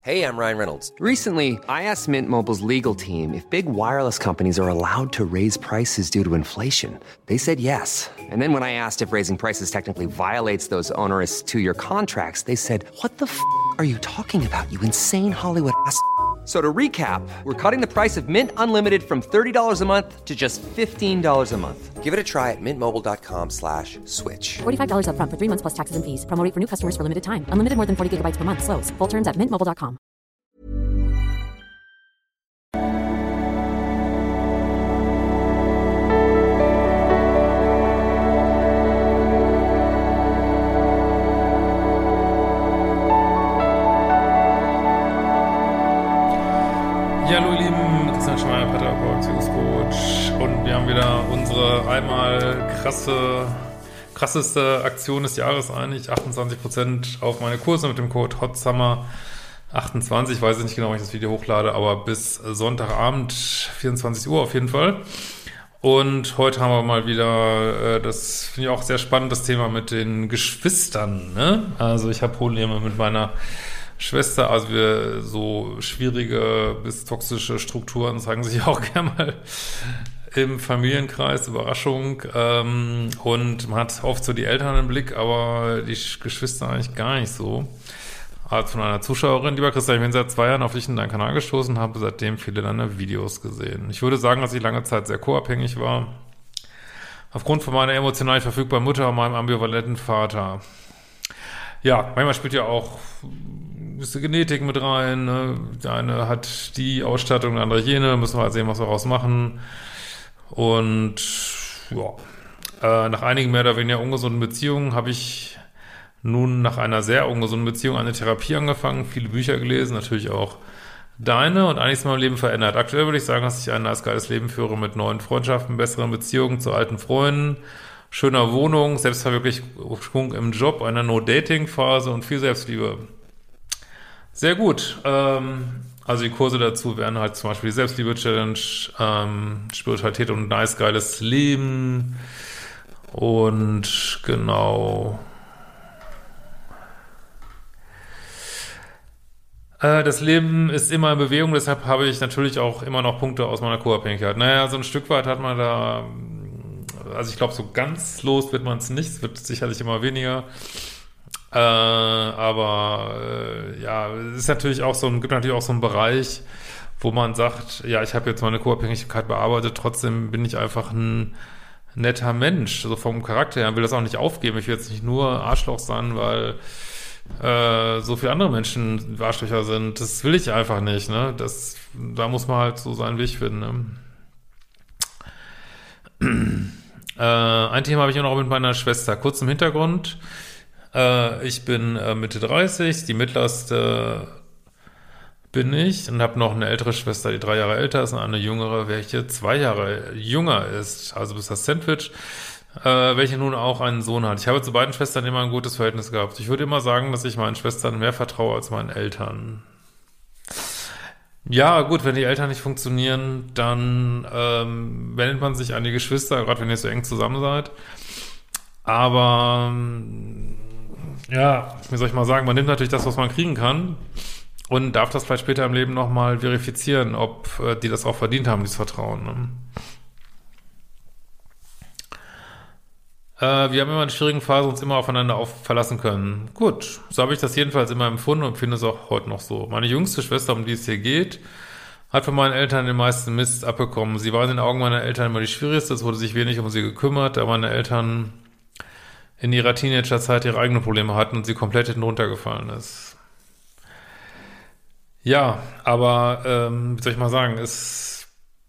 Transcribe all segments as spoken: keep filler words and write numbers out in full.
Hey, I'm Ryan Reynolds. Recently, I asked Mint Mobile's legal team if big wireless companies are allowed to raise prices due to inflation. They said yes. And then when I asked if raising prices technically violates those onerous two-year contracts, they said, what the f*** are you talking about, you insane Hollywood ass f- So to recap, we're cutting the price of Mint Unlimited from thirty dollars a month to just fifteen dollars a month. Give it a try at mintmobile.com slash switch. forty-five dollars up front for three months plus taxes and fees. Promo rate for new customers for limited time. Unlimited more than forty gigabytes per month. Slows full terms at mint mobile dot com. Ja, hallo ihr Lieben, Christian Schmeier, Paartherapeut, Beziehungscoach, und wir haben wieder unsere einmal krasse, krasseste Aktion des Jahres eigentlich, achtundzwanzig Prozent auf meine Kurse mit dem Code HOTSUMMER achtundzwanzig, ich weiß nicht genau, wann ich das Video hochlade, aber bis Sonntagabend, vierundzwanzig Uhr auf jeden Fall. Und heute haben wir mal wieder, äh, das finde ich auch sehr spannend, das Thema mit den Geschwistern, ne? Also ich habe Probleme mit meiner Schwester, also wir so schwierige bis toxische Strukturen zeigen sich auch gerne mal im Familienkreis, Überraschung, ähm, und man hat oft so die Eltern im Blick, aber die Geschwister eigentlich gar nicht so. Also von einer Zuschauerin, lieber Christian, ich bin seit zwei Jahren auf dich in deinen Kanal gestoßen, habe seitdem viele deiner Videos gesehen. Ich würde sagen, dass ich lange Zeit sehr co-abhängig war, aufgrund von meiner emotional verfügbaren Mutter und meinem ambivalenten Vater. Ja, manchmal spielt ja auch bisschen Genetik mit rein, ne? Der eine hat die Ausstattung, der andere jene, müssen wir halt sehen, was wir daraus machen. Und ja, äh, nach einigen mehr oder weniger ungesunden Beziehungen habe ich nun nach einer sehr ungesunden Beziehung eine Therapie angefangen, viele Bücher gelesen, natürlich auch deine, und einiges in meinem Leben verändert. Aktuell würde ich sagen, dass ich ein nice, geiles Leben führe mit neuen Freundschaften, besseren Beziehungen zu alten Freunden, schöner Wohnung, Selbstverwirklichung im Job, einer No-Dating-Phase und viel Selbstliebe. Sehr gut. Ähm, also die Kurse dazu wären halt zum Beispiel die Selbstliebe-Challenge, ähm, Spiritualität und ein nice, geiles Leben. Und genau. Äh, das Leben ist immer in Bewegung, deshalb habe ich natürlich auch immer noch Punkte aus meiner Co-Abhängigkeit. Naja, so ein Stück weit hat man da, also ich glaube, so ganz los wird man es nicht, es wird sicherlich immer weniger. Äh, aber äh, ja, es ist natürlich auch so ein, gibt natürlich auch so einen Bereich, wo man sagt, ja, ich habe jetzt meine Co-Abhängigkeit bearbeitet, trotzdem bin ich einfach ein netter Mensch, so vom Charakter her, will das auch nicht aufgeben. Ich will jetzt nicht nur Arschloch sein, weil äh, so viele andere Menschen Arschlöcher sind. Das will ich einfach nicht, ne? Das, da muss man halt so seinen Weg finden, ne? äh, ein Thema habe ich auch noch mit meiner Schwester. Kurz im Hintergrund. Äh, ich bin äh, Mitte dreißig, die mittlerste bin ich, und habe noch eine ältere Schwester, die drei Jahre älter ist, und eine jüngere, welche zwei Jahre jünger ist, also bis das Sandwich, äh, welche nun auch einen Sohn hat. Ich habe zu beiden Schwestern immer ein gutes Verhältnis gehabt. Ich würde immer sagen, dass ich meinen Schwestern mehr vertraue als meinen Eltern. Ja, gut, wenn die Eltern nicht funktionieren, dann ähm, wendet man sich an die Geschwister, gerade wenn ihr so eng zusammen seid. Aber ja, wie soll ich mal sagen, man nimmt natürlich das, was man kriegen kann, und darf das vielleicht später im Leben nochmal verifizieren, ob äh, die das auch verdient haben, dieses Vertrauen, ne? Äh, wir haben immer in schwierigen Phasen uns immer aufeinander auf verlassen können. Gut, so habe ich das jedenfalls immer empfunden und finde es auch heute noch so. Meine jüngste Schwester, um die es hier geht, hat von meinen Eltern den meisten Mist abbekommen. Sie war in den Augen meiner Eltern immer die schwierigste, es wurde sich wenig um sie gekümmert, da meine Eltern in ihrer Teenagerzeit ihre eigenen Probleme hatten und sie komplett hinten runtergefallen ist. Ja, aber, ähm, wie soll ich mal sagen, es,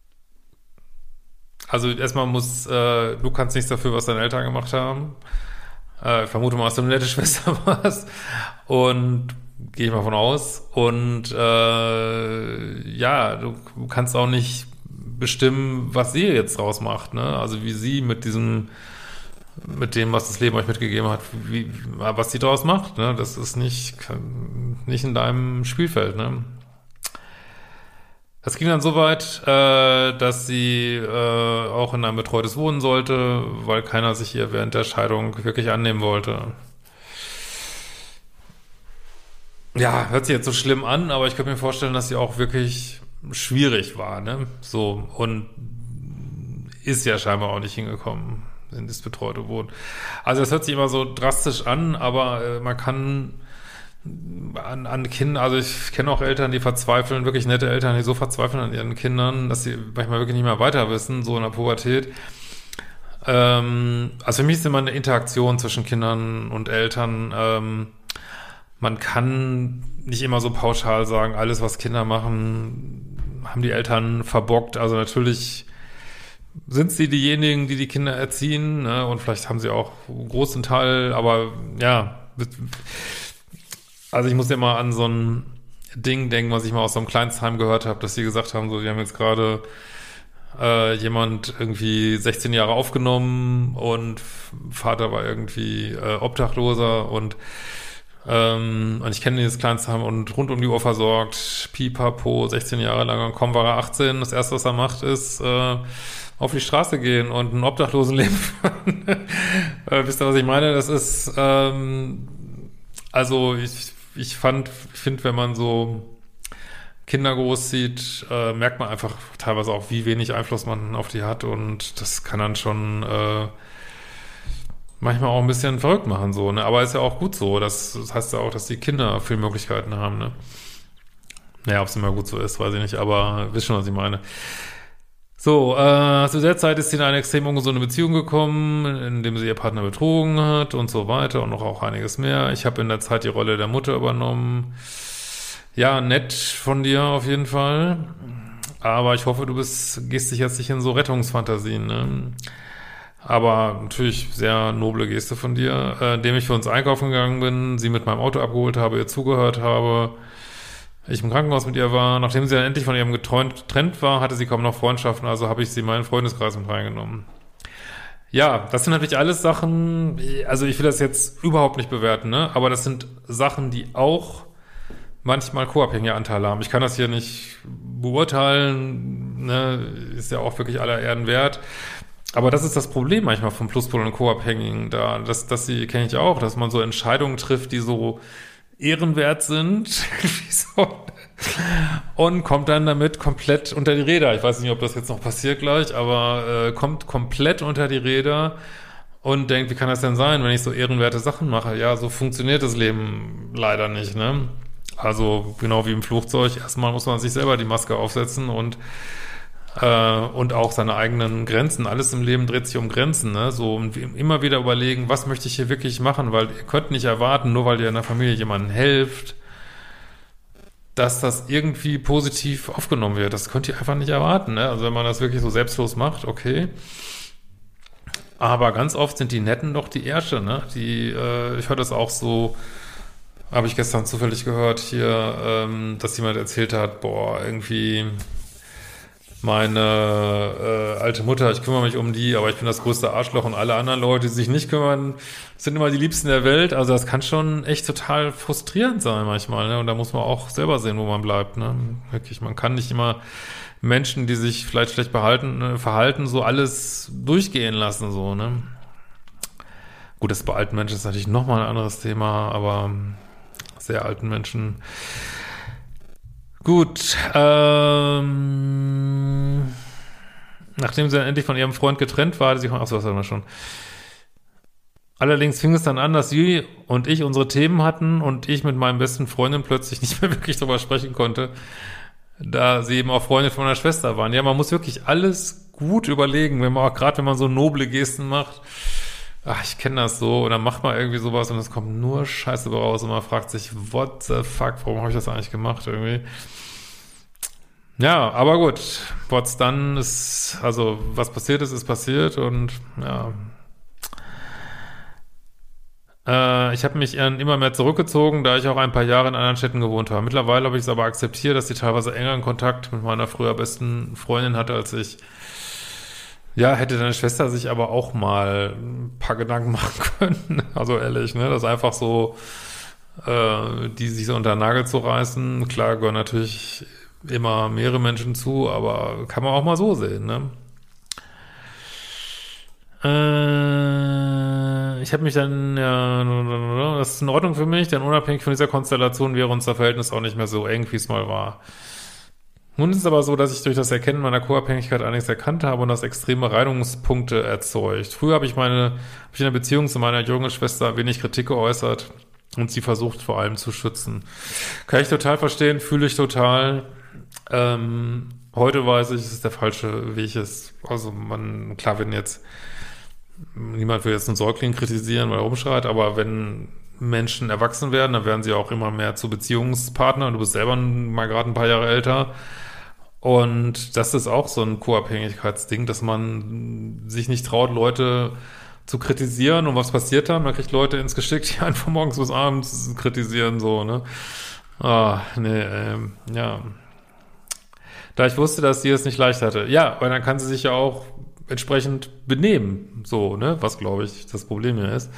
also erstmal muss, äh, du kannst nichts dafür, was deine Eltern gemacht haben. Äh, ich vermute mal, dass du eine nette Schwester warst. Und gehe ich mal von aus. Und, äh, ja, du kannst auch nicht bestimmen, was sie jetzt draus macht, ne? Also wie sie mit diesem, mit dem, was das Leben euch mitgegeben hat, wie, was sie daraus macht, ne? Das ist nicht, nicht in deinem Spielfeld, ne? Das ging dann so weit, äh, dass sie äh, auch in ein betreutes Wohnen sollte, weil keiner sich ihr während der Scheidung wirklich annehmen wollte. ja, hört sich jetzt so schlimm an, aber ich könnte mir vorstellen, dass sie auch wirklich schwierig war, ne? So, und ist ja scheinbar auch nicht hingekommen in das betreute Wohnen. Also das hört sich immer so drastisch an, aber äh, man kann an, an Kindern, also ich kenne auch Eltern, die verzweifeln, wirklich nette Eltern, die so verzweifeln an ihren Kindern, dass sie manchmal wirklich nicht mehr weiter wissen, so in der Pubertät. Ähm, also für mich ist immer eine Interaktion zwischen Kindern und Eltern. Ähm, man kann nicht immer so pauschal sagen, alles, was Kinder machen, haben die Eltern verbockt. Also natürlich sind sie diejenigen, die die Kinder erziehen, ne? Und vielleicht haben sie auch einen großen Teil, aber ja, also ich muss immer an so ein Ding denken, was ich mal aus so einem Kleinstheim gehört habe, dass sie gesagt haben, so, wir haben jetzt gerade äh, jemand irgendwie sechzehn Jahre aufgenommen und Vater war irgendwie äh, Obdachloser und ähm, und ich kenne dieses Kleinstheim und rund um die Uhr versorgt, pipapo, sechzehn Jahre lang, und kaum war er achtzehn, das erste, was er macht, ist äh, auf die Straße gehen und ein Obdachlosenleben führen. äh, wisst ihr, was ich meine? Das ist, ähm, also ich, ich fand, ich finde, wenn man so Kinder großzieht, äh, merkt man einfach teilweise auch, wie wenig Einfluss man auf die hat, und das kann dann schon äh, manchmal auch ein bisschen verrückt machen, so, ne? Aber ist ja auch gut so. Das, das heißt ja auch, dass die Kinder viele Möglichkeiten haben, ne? Naja, ob es immer gut so ist, weiß ich nicht, aber wisst schon, was ich meine. So, äh, zu der Zeit ist sie in eine extrem ungesunde Beziehung gekommen, in dem sie ihr Partner betrogen hat und so weiter und noch auch einiges mehr. Ich habe in der Zeit die Rolle der Mutter übernommen. Ja, nett von dir auf jeden Fall. Aber ich hoffe, du bist, gehst dich jetzt nicht in so Rettungsfantasien, ne? Aber natürlich sehr noble Geste von dir, äh, indem ich für uns einkaufen gegangen bin, sie mit meinem Auto abgeholt habe, ihr zugehört habe, ich im Krankenhaus mit ihr war. Nachdem sie dann endlich von ihrem getrennt war, hatte sie kaum noch Freundschaften, also habe ich sie in meinen Freundeskreis mit reingenommen. Ja, das sind natürlich alles Sachen, also ich will das jetzt überhaupt nicht bewerten, ne? Aber das sind Sachen, die auch manchmal co-abhängige Anteile haben. Ich kann das hier nicht beurteilen, ne? Ist ja auch wirklich aller Ehren wert. Aber das ist das Problem manchmal von Pluspol und Co-Abhängigen da, dass, dass sie, kenne ich auch, dass man so Entscheidungen trifft, die so ehrenwert sind, und kommt dann damit komplett unter die Räder. Ich weiß nicht, ob das jetzt noch passiert gleich, aber äh, kommt komplett unter die Räder und denkt, wie kann das denn sein, wenn ich so ehrenwerte Sachen mache? Ja, so funktioniert das Leben leider nicht, ne? Also genau wie im Flugzeug, erstmal muss man sich selber die Maske aufsetzen und äh, und auch seine eigenen Grenzen. Alles im Leben dreht sich um Grenzen, ne? So, und immer wieder überlegen, was möchte ich hier wirklich machen, weil ihr könnt nicht erwarten, nur weil ihr in der Familie jemandem helft, dass das irgendwie positiv aufgenommen wird. Das könnt ihr einfach nicht erwarten, ne? Also wenn man das wirklich so selbstlos macht, okay. Aber ganz oft sind die Netten doch die Ärsche, ne? Die, äh, ich höre das auch so, habe ich gestern zufällig gehört hier, ähm, dass jemand erzählt hat, boah, irgendwie meine äh, alte Mutter, ich kümmere mich um die, aber ich bin das größte Arschloch, und alle anderen Leute, die sich nicht kümmern, sind immer die Liebsten der Welt. Also das kann schon echt total frustrierend sein manchmal, ne? Und da muss man auch selber sehen, wo man bleibt, ne? Wirklich, man kann nicht immer Menschen, die sich vielleicht schlecht behalten, ne, verhalten, so alles durchgehen lassen, so, ne? Gut, das bei alten Menschen ist natürlich nochmal ein anderes Thema, aber sehr alten Menschen. Gut, ähm, nachdem sie dann endlich von ihrem Freund getrennt war, hatte sie, ach so, das hatten wir schon. Allerdings fing es dann an, dass sie und ich unsere Themen hatten und ich mit meinem besten Freundin plötzlich nicht mehr wirklich drüber sprechen konnte, da sie eben auch Freundin von meiner Schwester waren. Ja, man muss wirklich alles gut überlegen, wenn man auch, gerade wenn man so noble Gesten macht. Ach, ich kenne das so, und dann macht man irgendwie sowas und es kommt nur Scheiße raus und man fragt sich, what the fuck, warum habe ich das eigentlich gemacht irgendwie? Ja, aber gut, what's done ist, also was passiert ist, ist passiert, und ja. Äh, ich habe mich immer mehr zurückgezogen, da ich auch ein paar Jahre in anderen Städten gewohnt habe. Mittlerweile habe ich es aber akzeptiert, dass sie teilweise engeren Kontakt mit meiner früher besten Freundin hatte als ich. Ja, hätte deine Schwester sich aber auch mal ein paar Gedanken machen können. Also ehrlich, ne? Das ist einfach so, äh, die sich so unter den Nagel zu reißen. Klar gehören natürlich immer mehrere Menschen zu, aber kann man auch mal so sehen, ne? Äh, ich habe mich dann, ja, das ist in Ordnung für mich, denn unabhängig von dieser Konstellation wäre unser Verhältnis auch nicht mehr so eng, wie es mal war. Nun ist es aber so, dass ich durch das Erkennen meiner Co-Abhängigkeit einiges erkannt habe und das extreme Reibungspunkte erzeugt. Früher habe ich meine, habe ich in der Beziehung zu meiner jüngeren Schwester wenig Kritik geäußert und sie versucht vor allem zu schützen. Kann ich total verstehen, fühle ich total. Ähm, heute weiß ich, dass es der falsche Weg ist. Also man, klar, wenn jetzt, niemand will jetzt einen Säugling kritisieren, weil er rumschreit, aber wenn Menschen erwachsen werden, dann werden sie auch immer mehr zu Beziehungspartnern. Du bist selber mal gerade ein paar Jahre älter. Und das ist auch so ein Co-Abhängigkeitsding, dass man sich nicht traut, Leute zu kritisieren. Und was passiert dann? Man kriegt Leute ins Geschick, die einen von morgens bis abends kritisieren, so, ne? Ah, nee, ähm, ja. Da ich wusste, dass sie es nicht leicht hatte. Ja, weil dann kann sie sich ja auch entsprechend benehmen, so, ne? Was, glaube ich, das Problem hier ist.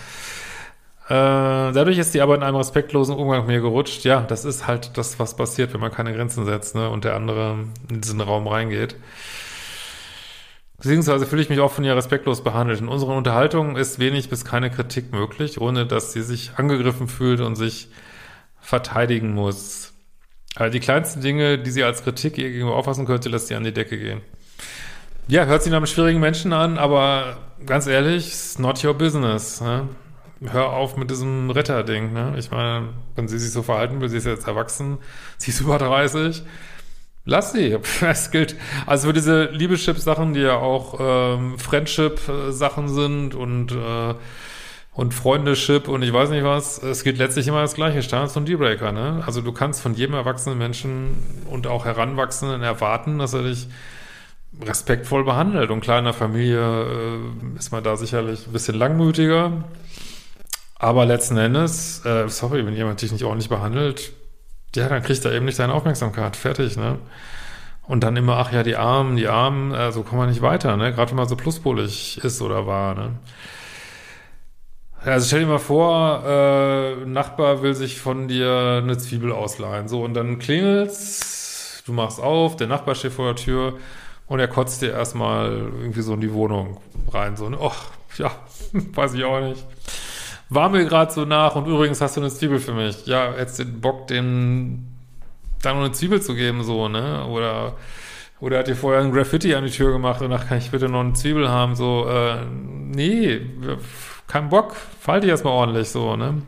Äh, dadurch ist die aber in einem respektlosen Umgang mit mir gerutscht. Ja, das ist halt das, was passiert, wenn man keine Grenzen setzt, ne, und der andere in diesen Raum reingeht. Beziehungsweise fühle ich mich auch von ihr respektlos behandelt. In unseren Unterhaltungen ist wenig bis keine Kritik möglich, ohne dass sie sich angegriffen fühlt und sich verteidigen muss. Also die kleinsten Dinge, die sie als Kritik ihr gegenüber auffassen könnte, lässt sie an die Decke gehen. Ja, hört sich nach einem schwierigen Menschen an, aber ganz ehrlich, it's not your business, ne? Hör auf mit diesem Retterding, ne? Ich meine, wenn sie sich so verhalten will, sie ist jetzt erwachsen, sie ist über dreißig, lass sie. Es gilt, also für diese Liebeschip-Sachen, die ja auch ähm, Friendship-Sachen sind und äh, und Freundeschip und ich weiß nicht was, es gilt letztlich immer das Gleiche, Standards und Dealbreaker, ne? Also du kannst von jedem erwachsenen Menschen und auch Heranwachsenden erwarten, dass er dich respektvoll behandelt. Und klar, in der Familie äh, ist man da sicherlich ein bisschen langmütiger. Aber letzten Endes, äh, sorry, wenn jemand dich nicht ordentlich behandelt, ja, dann kriegt er eben nicht deine Aufmerksamkeit. Fertig, ne? Und dann immer, ach ja, die Armen, die Armen, äh, so kommen wir nicht weiter, ne? Gerade wenn man so pluspolig ist oder war, ne? Also stell dir mal vor, äh, ein Nachbar will sich von dir eine Zwiebel ausleihen. So, und dann klingelt's, du machst auf, der Nachbar steht vor der Tür und er kotzt dir erstmal irgendwie so in die Wohnung rein. So, ne? Och, ja, weiß ich auch nicht. War mir gerade so nach und übrigens hast du eine Zwiebel für mich. Ja, hättest du den Bock, dem da noch eine Zwiebel zu geben, so, ne? Oder oder hat dir vorher ein Graffiti an die Tür gemacht und danach kann ich bitte noch eine Zwiebel haben, so, äh, nee, kein Bock, fall dich erstmal ordentlich, so, ne?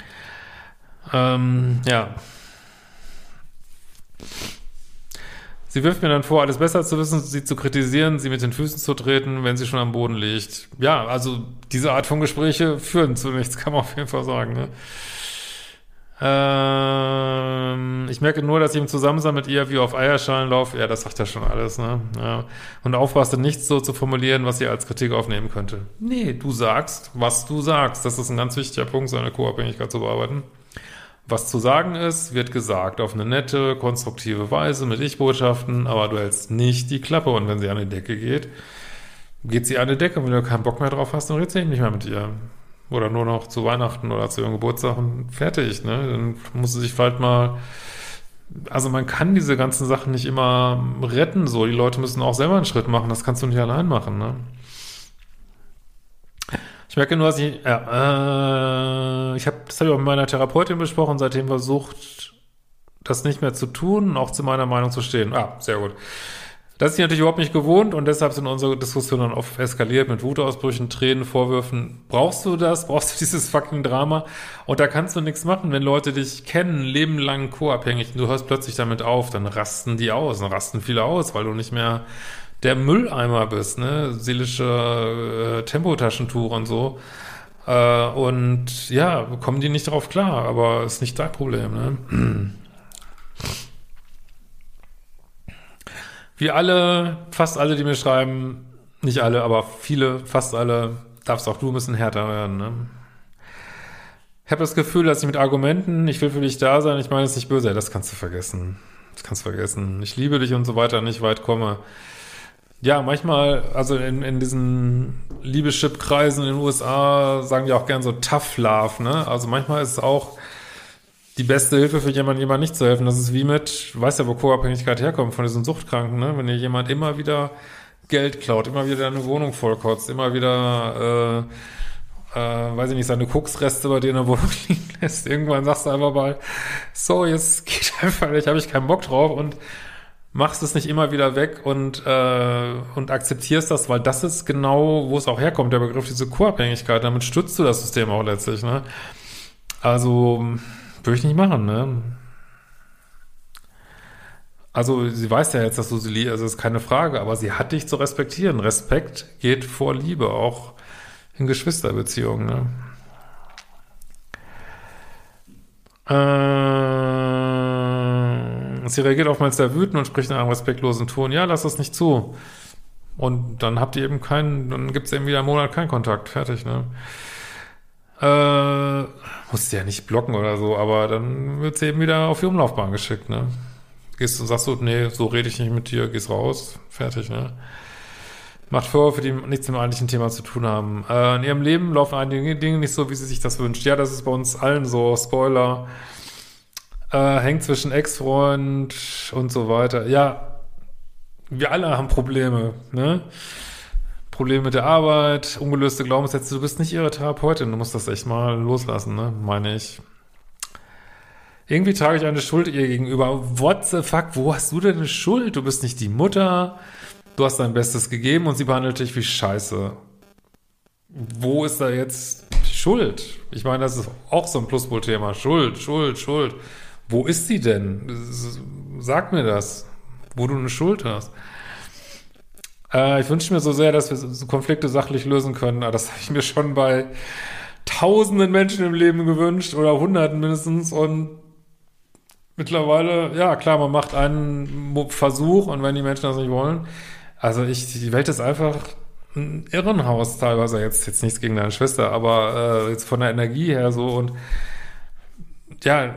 Ähm, ja. Sie wirft mir dann vor, alles besser zu wissen, sie zu kritisieren, sie mit den Füßen zu treten, wenn sie schon am Boden liegt. Ja, also diese Art von Gespräche führen zu nichts, kann man auf jeden Fall sagen, ne? Ähm, ich merke nur, dass ich im Zusammensein mit ihr wie auf Eierschalen laufe. Ja, das sagt ja schon alles, ne? Ja. Und aufpasse, nichts so zu formulieren, was sie als Kritik aufnehmen könnte. Nee, du sagst, was du sagst. Das ist ein ganz wichtiger Punkt, seine Co-Abhängigkeit zu bearbeiten. Was zu sagen ist, wird gesagt, auf eine nette, konstruktive Weise mit Ich-Botschaften, aber du hältst nicht die Klappe und wenn sie an die Decke geht, geht sie an die Decke und wenn du keinen Bock mehr drauf hast, dann redest du eben nicht mehr mit ihr. Oder nur noch zu Weihnachten oder zu ihrem Geburtstag und fertig, ne? Dann muss sie sich vielleicht mal, also man kann diese ganzen Sachen nicht immer retten, so. Die Leute müssen auch selber einen Schritt machen, das kannst du nicht allein machen, ne? Ich merke nur, dass ich, ja, äh, ich habe, das habe ich auch mit meiner Therapeutin besprochen, seitdem versucht, das nicht mehr zu tun und auch zu meiner Meinung zu stehen. Ah, sehr gut. Das ist natürlich überhaupt nicht gewohnt und deshalb sind unsere Diskussionen dann oft eskaliert mit Wutausbrüchen, Tränen, Vorwürfen. Brauchst du das? Brauchst du dieses fucking Drama? Und da kannst du nichts machen, wenn Leute dich kennen, lebenlang co-abhängig und du hörst plötzlich damit auf, dann rasten die aus, dann rasten viele aus, weil du nicht mehr der Mülleimer bist, ne, seelische äh, Tempotaschentuch und so. Äh, und ja, kommen die nicht drauf klar, aber ist nicht dein Problem, ne? Wir alle, fast alle, die mir schreiben, nicht alle, aber viele, fast alle, darfst auch du ein bisschen härter werden, ne? Ich habe das Gefühl, dass ich mit Argumenten, ich will für dich da sein, ich meine es ist nicht böse, das kannst du vergessen. Das kannst du vergessen. Ich liebe dich und so weiter, nicht weit komme. Ja, manchmal, also in, in diesen Liebeschip-Kreisen in den U S A sagen die auch gern so Tough Love, ne? Also manchmal ist es auch die beste Hilfe für jemanden, jemand nicht zu helfen. Das ist wie mit, du weißt ja, wo Co-Abhängigkeit herkommt, von diesen Suchtkranken, ne? Wenn dir jemand immer wieder Geld klaut, immer wieder deine Wohnung vollkotzt, immer wieder äh, weiß ich nicht, seine Koksreste bei dir in der Wohnung liegen lässt. Irgendwann sagst du einfach mal, so, jetzt geht einfach nicht, habe ich keinen Bock drauf und machst es nicht immer wieder weg und, äh, und akzeptierst das, weil das ist genau, wo es auch herkommt, der Begriff, diese Co-Abhängigkeit. Damit stützt du das System auch letztlich, ne? Also, würde ich nicht machen, ne? Also, sie weiß ja jetzt, dass du sie liebst, also ist keine Frage, aber sie hat dich zu respektieren. Respekt geht vor Liebe, auch in Geschwisterbeziehungen, ne? Äh, sie reagiert oftmals sehr wütend und spricht in einem respektlosen Ton. Ja, lass das nicht zu. Und dann habt ihr eben keinen, dann gibt es eben wieder einen Monat keinen Kontakt. Fertig, ne? Äh, musst du ja nicht blocken oder so, aber dann wird sie eben wieder auf die Umlaufbahn geschickt, ne? Gehst du, sagst du, nee, so rede ich nicht mit dir, gehst raus, fertig, ne? Macht Vorwürfe, die nichts mit dem eigentlichen Thema zu tun haben. Äh, in ihrem Leben laufen einige Dinge nicht so, wie sie sich das wünscht. Ja, das ist bei uns allen so, Spoiler. Äh, hängt zwischen Ex-Freund und so weiter. Ja, wir alle haben Probleme, ne? Probleme mit der Arbeit, ungelöste Glaubenssätze. Du bist nicht ihre Therapeutin, du musst das echt mal loslassen, ne? Meine ich. Irgendwie trage ich eine Schuld ihr gegenüber. What the fuck, wo hast du denn eine Schuld? Du bist nicht die Mutter. Du hast dein Bestes gegeben und sie behandelt dich wie Scheiße. Wo ist da jetzt Schuld? Ich meine, das ist auch so ein Pluspol-Thema. Schuld, Schuld, Schuld. Wo ist sie denn? Sag mir das, wo du eine Schuld hast. Äh, ich wünsche mir so sehr, dass wir so Konflikte sachlich lösen können. Aber das habe ich mir schon bei tausenden Menschen im Leben gewünscht oder hunderten mindestens. Und mittlerweile, ja klar, man macht einen Versuch und wenn die Menschen das nicht wollen, also ich, die Welt ist einfach ein Irrenhaus teilweise, jetzt, jetzt nichts gegen deine Schwester, aber äh, jetzt von der Energie her so und ja,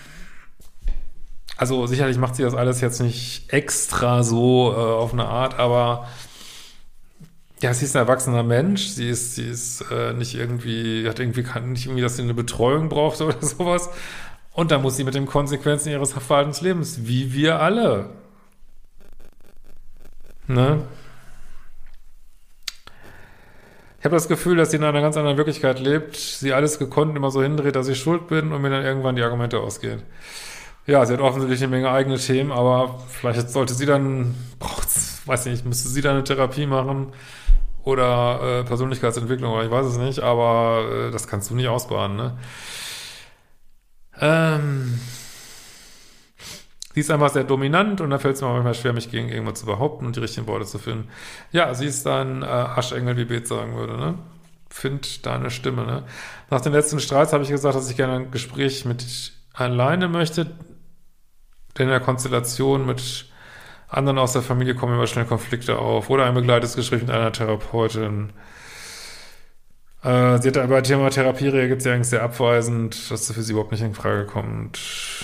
also sicherlich macht sie das alles jetzt nicht extra so äh, auf eine Art, aber ja, sie ist ein erwachsener Mensch, sie ist, sie ist äh, nicht irgendwie, hat irgendwie, kann nicht irgendwie, dass sie eine Betreuung braucht oder sowas. Und dann muss sie mit den Konsequenzen ihres Verhaltens leben, wie wir alle. Ne? Ich habe das Gefühl, dass sie in einer ganz anderen Wirklichkeit lebt, sie alles gekonnt immer so hindreht, dass ich schuld bin und mir dann irgendwann die Argumente ausgehen. Ja, sie hat offensichtlich eine Menge eigene Themen, aber vielleicht sollte sie dann, braucht's, weiß ich nicht, müsste sie dann eine Therapie machen oder äh, Persönlichkeitsentwicklung, oder ich weiß es nicht, aber äh, das kannst du nicht ausbaden, ne? Ähm, sie ist einfach sehr dominant und da fällt es mir manchmal schwer, mich gegen irgendwas zu behaupten und die richtigen Worte zu finden. Ja, sie ist ein äh, Arschengel, wie Beth sagen würde, ne? Find deine Stimme, ne? Nach den letzten Streits habe ich gesagt, dass ich gerne ein Gespräch mit alleine möchte, denn in der Konstellation mit anderen aus der Familie kommen immer schnell Konflikte auf oder ein begleitetes Gespräch mit einer Therapeutin. Äh, sie hat aber Thema Therapie reagiert sie eigentlich sehr abweisend, dass das für sie überhaupt nicht in Frage kommt.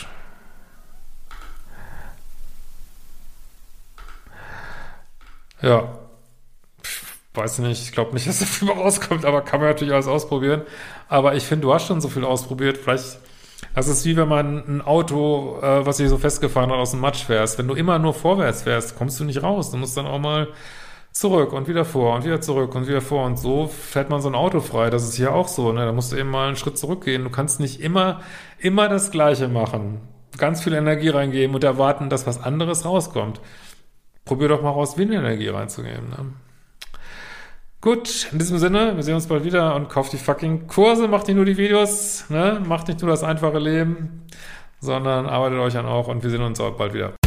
Ja, weiß nicht, ich glaube nicht, dass so viel mal rauskommt, aber kann man natürlich alles ausprobieren. Aber ich finde, du hast schon so viel ausprobiert. Vielleicht, das ist wie wenn man ein Auto, äh, was sich so festgefahren hat, aus dem Matsch fährst. Wenn du immer nur vorwärts fährst, kommst du nicht raus. Du musst dann auch mal zurück und wieder vor und wieder zurück und wieder vor. Und so fährt man so ein Auto frei. Das ist hier auch so, ne? Da musst du eben mal einen Schritt zurückgehen. Du kannst nicht immer, immer das Gleiche machen. Ganz viel Energie reingeben und erwarten, dass was anderes rauskommt. Probier doch mal raus, wenig Energie reinzugeben, ne? Gut, in diesem Sinne, wir sehen uns bald wieder und kauft die fucking Kurse, macht nicht nur die Videos, ne? Macht nicht nur das einfache Leben, sondern arbeitet euch an auch und wir sehen uns auch bald wieder.